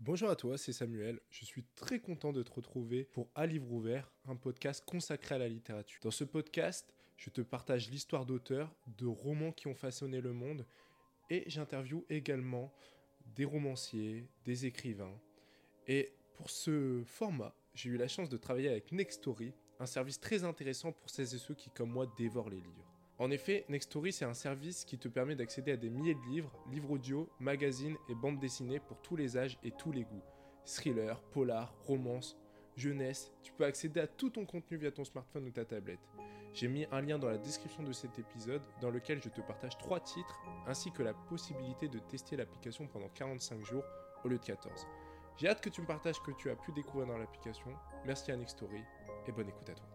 Bonjour à toi, c'est Samuel. Je suis très content de te retrouver pour À Livre Ouvert, un podcast consacré à la littérature. Dans ce podcast, je te partage l'histoire d'auteurs, de romans qui ont façonné le monde, et j'interviewe également des romanciers, des écrivains. Et pour ce format, j'ai eu la chance de travailler avec Nextory, un service très intéressant pour celles et ceux qui, comme moi, dévorent les livres. En effet, Nextory, c'est un service qui te permet d'accéder à des milliers de livres, livres audio, magazines et bandes dessinées pour tous les âges et tous les goûts. Thriller, polar, romance, jeunesse, tu peux accéder à tout ton contenu via ton smartphone ou ta tablette. J'ai mis un lien dans la description de cet épisode dans lequel je te partage 3 titres ainsi que la possibilité de tester l'application pendant 45 jours au lieu de 14. J'ai hâte que tu me partages ce que tu as pu découvrir dans l'application. Merci à Nextory et bonne écoute à toi.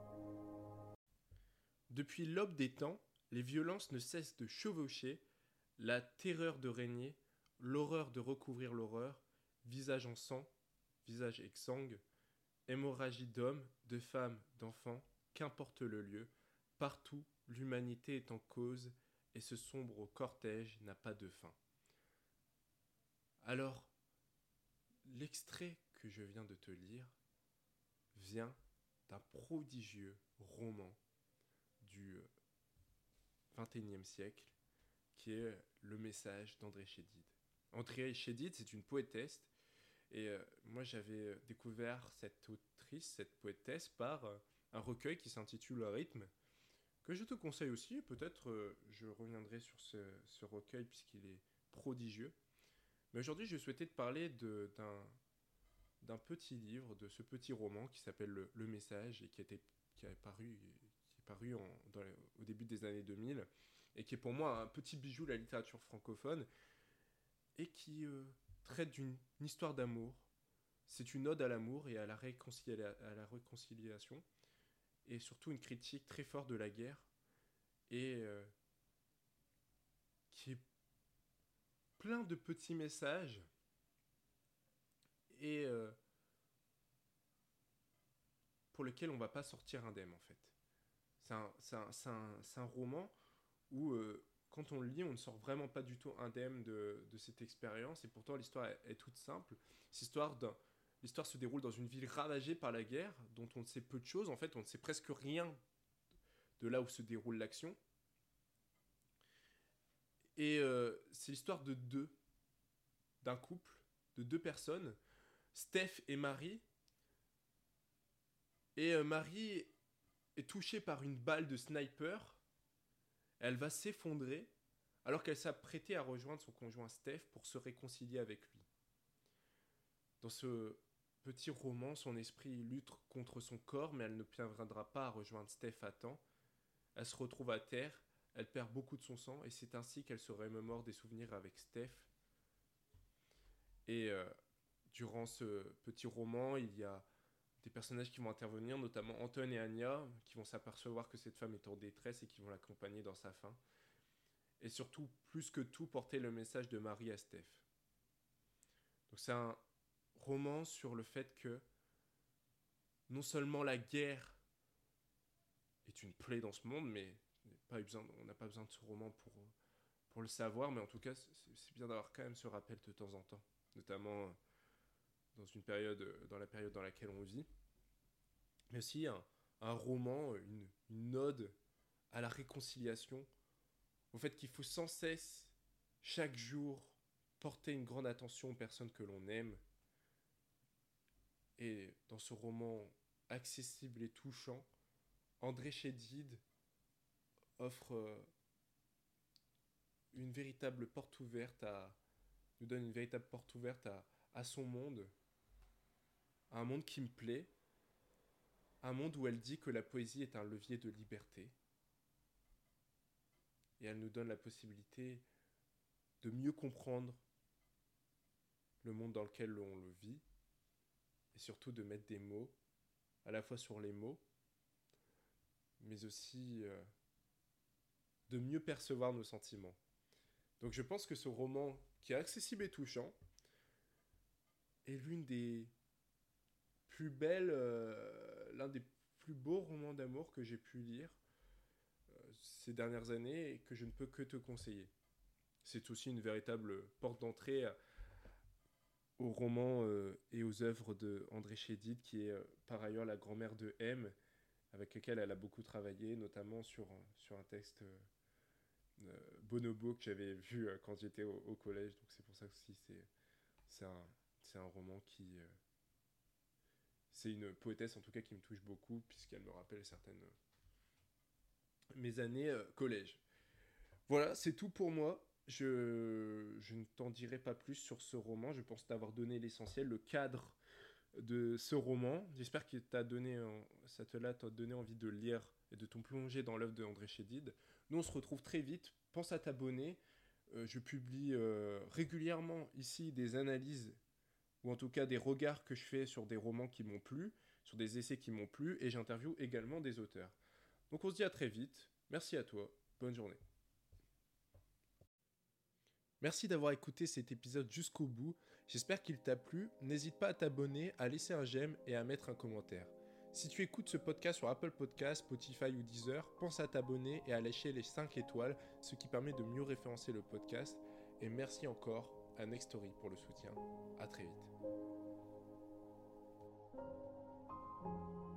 Depuis l'aube des temps, les violences ne cessent de chevaucher, la terreur de régner, l'horreur de recouvrir l'horreur, visage en sang, visage exsangue, hémorragie d'hommes, de femmes, d'enfants, qu'importe le lieu, partout l'humanité est en cause et ce sombre cortège n'a pas de fin. Alors, l'extrait que je viens de te lire vient d'un prodigieux roman du XXIe siècle qui est Le Message d'André Chédid. André Chédid, c'est une poétesse, et moi j'avais découvert cette autrice, cette poétesse, par un recueil qui s'intitule Rythme, que je te conseille aussi, peut-être je reviendrai sur ce recueil puisqu'il est prodigieux. Mais aujourd'hui je souhaitais te parler d'un petit livre, de ce petit roman qui s'appelle Le Message, et qui est paru au début des années 2000, et qui est pour moi un petit bijou de la littérature francophone, et qui traite d'une histoire d'amour. C'est une ode à l'amour et à la réconciliation, et surtout une critique très forte de la guerre, et qui est plein de petits messages, et pour lesquels on ne va pas sortir indemne en fait. C'est un roman où quand on le lit, on ne sort vraiment pas du tout indemne de cette expérience, et pourtant l'histoire est toute simple. L'histoire se déroule dans une ville ravagée par la guerre, dont on ne sait peu de choses, en fait on ne sait presque rien de là où se déroule l'action. Et c'est l'histoire d'un couple, de deux personnes, Steph et Marie. Et Marie est touchée par une balle de sniper, elle va s'effondrer, alors qu'elle s'apprêtait à rejoindre son conjoint Steph pour se réconcilier avec lui. Dans ce petit roman, son esprit lutte contre son corps, mais elle ne parviendra pas à rejoindre Steph à temps. Elle se retrouve à terre, elle perd beaucoup de son sang, et c'est ainsi qu'elle se remémore des souvenirs avec Steph. Et durant ce petit roman, il y a des personnages qui vont intervenir, notamment Anton et Anya, qui vont s'apercevoir que cette femme est en détresse et qui vont l'accompagner dans sa fin. Et surtout, plus que tout, porter le message de Marie à Steph. Donc c'est un roman sur le fait que non seulement la guerre est une plaie dans ce monde, mais on n'a pas besoin de ce roman pour le savoir, mais en tout cas, c'est bien d'avoir quand même ce rappel de temps en temps, notamment dans la période dans laquelle on vit. Mais aussi un roman, une ode à la réconciliation, au fait qu'il faut sans cesse, chaque jour, porter une grande attention aux personnes que l'on aime. Et dans ce roman accessible et touchant, André Chédid offre nous donne une véritable porte ouverte à son monde, à un monde qui me plaît, un monde où elle dit que la poésie est un levier de liberté. Et elle nous donne la possibilité de mieux comprendre le monde dans lequel on le vit, et surtout de mettre des mots, à la fois sur les mots, mais aussi de mieux percevoir nos sentiments. Donc je pense que ce roman, qui est accessible et touchant, est l'un des plus beaux romans d'amour que j'ai pu lire ces dernières années, et que je ne peux que te conseiller. C'est aussi une véritable porte d'entrée aux romans et aux œuvres de André Chédid, qui est par ailleurs la grand-mère de M, avec laquelle elle a beaucoup travaillé, notamment sur un texte Bonobo que j'avais vu quand j'étais au collège. Donc c'est pour ça aussi c'est un, c'est un roman qui... c'est une poétesse en tout cas qui me touche beaucoup, puisqu'elle me rappelle certaines... mes années collège. Voilà, c'est tout pour moi. Je ne t'en dirai pas plus sur ce roman. Je pense t'avoir donné l'essentiel, le cadre de ce roman. J'espère que ça t'a donné envie de le lire et de t'en plonger dans l'œuvre de André Chédid. Nous, on se retrouve très vite. Pense à t'abonner. Je publie régulièrement ici des analyses, ou en tout cas des regards que je fais sur des romans qui m'ont plu, sur des essais qui m'ont plu, et j'interviewe également des auteurs. Donc on se dit à très vite. Merci à toi. Bonne journée. Merci d'avoir écouté cet épisode jusqu'au bout. J'espère qu'il t'a plu. N'hésite pas à t'abonner, à laisser un j'aime et à mettre un commentaire. Si tu écoutes ce podcast sur Apple Podcasts, Spotify ou Deezer, pense à t'abonner et à lâcher les 5 étoiles, ce qui permet de mieux référencer le podcast. Et merci encore à Nextory pour le soutien. À très vite.